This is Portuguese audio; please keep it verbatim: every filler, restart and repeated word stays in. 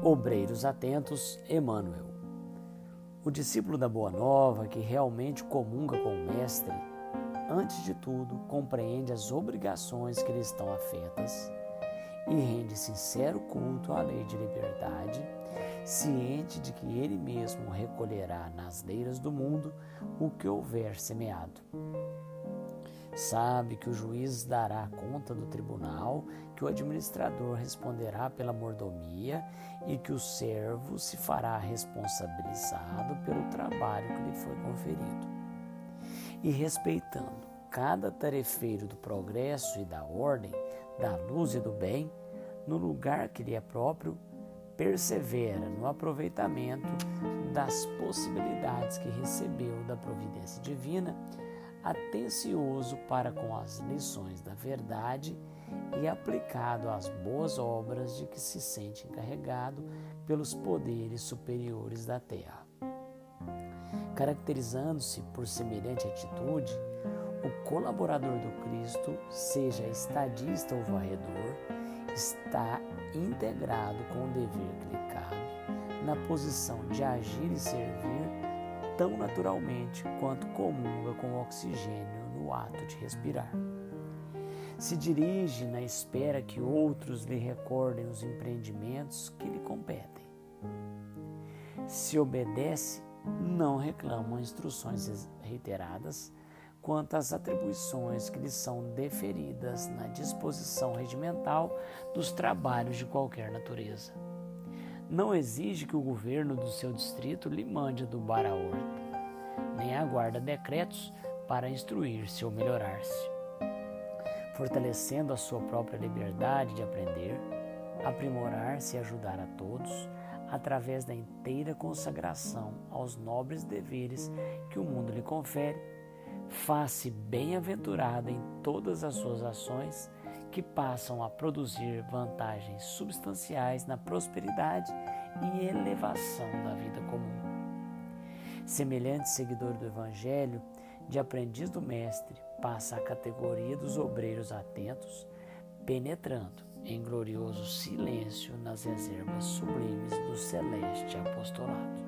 Obreiros atentos, Emmanuel. O discípulo da Boa Nova, que realmente comunga com o Mestre, antes de tudo, compreende as obrigações que lhe estão afetas e rende sincero culto à lei de liberdade, ciente de que ele mesmo recolherá nas leiras do mundo o que houver semeado. Sabe que o juiz dará conta do tribunal, que o administrador responderá pela mordomia e que o servo se fará responsabilizado pelo trabalho que lhe foi conferido. E respeitando cada tarefeiro do progresso e da ordem, da luz e do bem, no lugar que lhe é próprio, persevera no aproveitamento das possibilidades que recebeu da providência divina, atencioso para com as lições da verdade e aplicado às boas obras de que se sente encarregado pelos poderes superiores da terra. Caracterizando-se por semelhante atitude, o colaborador do Cristo, seja estadista ou varredor, está integrado com o dever que lhe cabe, na posição de agir e servir tão naturalmente quanto comunga com o oxigênio no ato de respirar. Se dirige na espera que outros lhe recordem os empreendimentos que lhe competem. Se obedece, não reclama instruções reiteradas quanto às atribuições que lhe são deferidas na disposição regimental dos trabalhos de qualquer natureza. Não exige que o governo do seu distrito lhe mande adubar a horta, nem aguarda decretos para instruir-se ou melhorar-se. Fortalecendo a sua própria liberdade de aprender, aprimorar-se e ajudar a todos, através da inteira consagração aos nobres deveres que o mundo lhe confere, faz-se bem-aventurado em todas as suas ações que passam a produzir vantagens substanciais na prosperidade e elevação da vida comum. Semelhante seguidor do Evangelho, de aprendiz do Mestre, passa à categoria dos obreiros atentos, penetrando em glorioso silêncio nas reservas sublimes do celeste apostolado.